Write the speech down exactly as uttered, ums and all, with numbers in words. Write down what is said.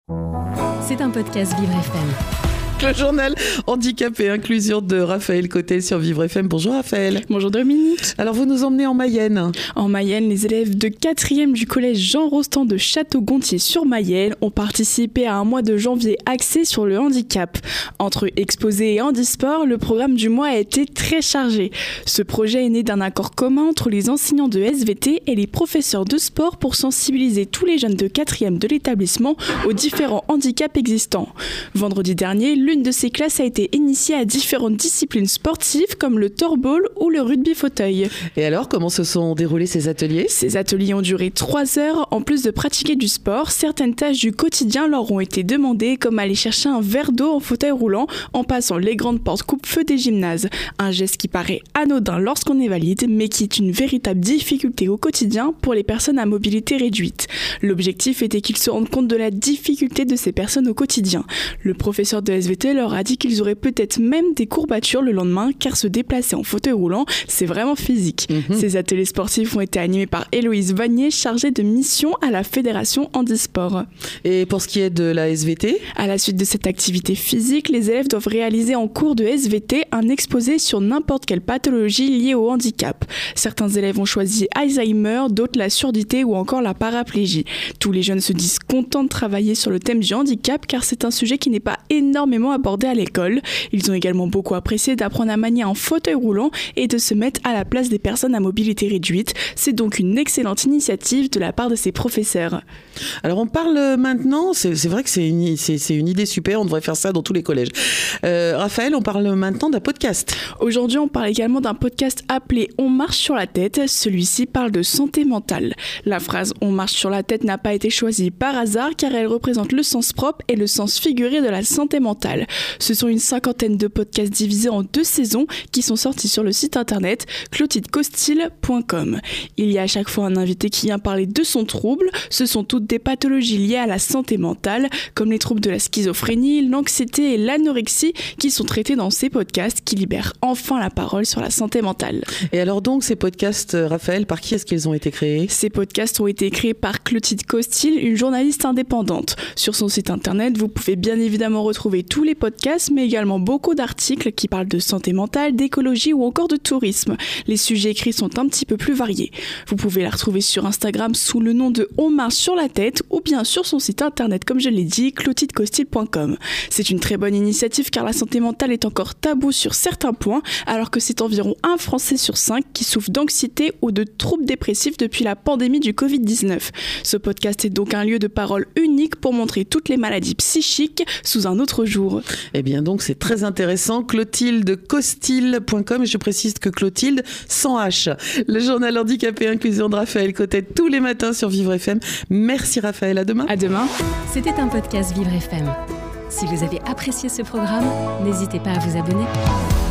C'est un podcast Vivre F M. Le journal handicap et inclusion de Raphaël Côté sur Vivre F M. Bonjour Raphaël. Bonjour Dominique. Alors vous nous emmenez en Mayenne. En Mayenne, les élèves de quatrième du collège Jean Rostand de Château-Gontier-sur-Mayenne ont participé à un mois de janvier axé sur le handicap. Entre exposés et handisport, le programme du mois a été très chargé. Ce projet est né d'un accord commun entre les enseignants de S V T et les professeurs de sport pour sensibiliser tous les jeunes de quatrième de l'établissement aux différents handicaps existants. Vendredi dernier, l'une de ces classes a été initiée à différentes disciplines sportives comme le torball ou le rugby fauteuil. Et alors, comment se sont déroulés ces ateliers ? Ces ateliers ont duré trois heures. En plus de pratiquer du sport, certaines tâches du quotidien leur ont été demandées, comme aller chercher un verre d'eau en fauteuil roulant en passant les grandes portes coupe-feu des gymnases. Un geste qui paraît anodin lorsqu'on est valide, mais qui est une véritable difficulté au quotidien pour les personnes à mobilité réduite. L'objectif était qu'ils se rendent compte de la difficulté de ces personnes au quotidien. Le professeur de S V T leur a dit qu'ils auraient peut-être même des courbatures le lendemain, car se déplacer en fauteuil roulant, c'est vraiment physique. Mmh. Ces ateliers sportifs ont été animés par Héloïse Vanier, chargée de mission à la Fédération Handisport. Et pour ce qui est de la S V T ? À la suite de cette activité physique, les élèves doivent réaliser en cours de S V T un exposé sur n'importe quelle pathologie liée au handicap. Certains élèves ont choisi Alzheimer, d'autres la surdité ou encore la paraplégie. Tous les jeunes se disent contents de travailler sur le thème du handicap, car c'est un sujet qui n'est pas énormément abordé à l'école. Ils ont également beaucoup apprécié d'apprendre à manier un fauteuil roulant et de se mettre à la place des personnes à mobilité réduite. C'est donc une excellente initiative de la part de ces professeurs. Alors on parle maintenant, c'est, c'est vrai que c'est une, c'est, c'est une idée super, on devrait faire ça dans tous les collèges. Euh, Raphaël, on parle maintenant d'un podcast. Aujourd'hui, on parle également d'un podcast appelé « On marche sur la tête ». Celui-ci parle de santé mentale. La phrase « On marche sur la tête » n'a pas été choisie par hasard, car elle représente le sens propre et le sens figuré de la santé mentale. Ce sont une cinquantaine de podcasts divisés en deux saisons qui sont sortis sur le site internet clotilde costil point com. Il y a à chaque fois un invité qui vient parler de son trouble. Ce sont toutes des pathologies liées à la santé mentale, comme les troubles de la schizophrénie, l'anxiété et l'anorexie, qui sont traités dans ces podcasts qui libèrent enfin la parole sur la santé mentale. Et alors donc, ces podcasts, Raphaël, par qui est-ce qu'ils ont été créés ? Ces podcasts ont été créés par Clotilde Costil, une journaliste indépendante. Sur son site internet, vous pouvez bien évidemment retrouver tous les podcasts, mais également beaucoup d'articles qui parlent de santé mentale, d'écologie ou encore de tourisme. Les sujets écrits sont un petit peu plus variés. Vous pouvez la retrouver sur Instagram sous le nom de On marche sur la tête ou bien sur son site internet, comme je l'ai dit, clotilde costil point com. C'est une très bonne initiative car la santé mentale est encore taboue sur certains points, alors que c'est environ un Français sur cinq qui souffre d'anxiété ou de troubles dépressifs depuis la pandémie du covid dix-neuf. Ce podcast est donc un lieu de parole unique pour montrer toutes les maladies psychiques sous un autre jour. Eh bien donc c'est très intéressant, clotilde costil point com, et je précise que Clotilde sans H. Le journal handicap et inclusion de Raphaël Côté tous les matins sur Vivre F M. Merci Raphaël, à demain. À demain. C'était un podcast Vivre F M. Si vous avez apprécié ce programme, n'hésitez pas à vous abonner.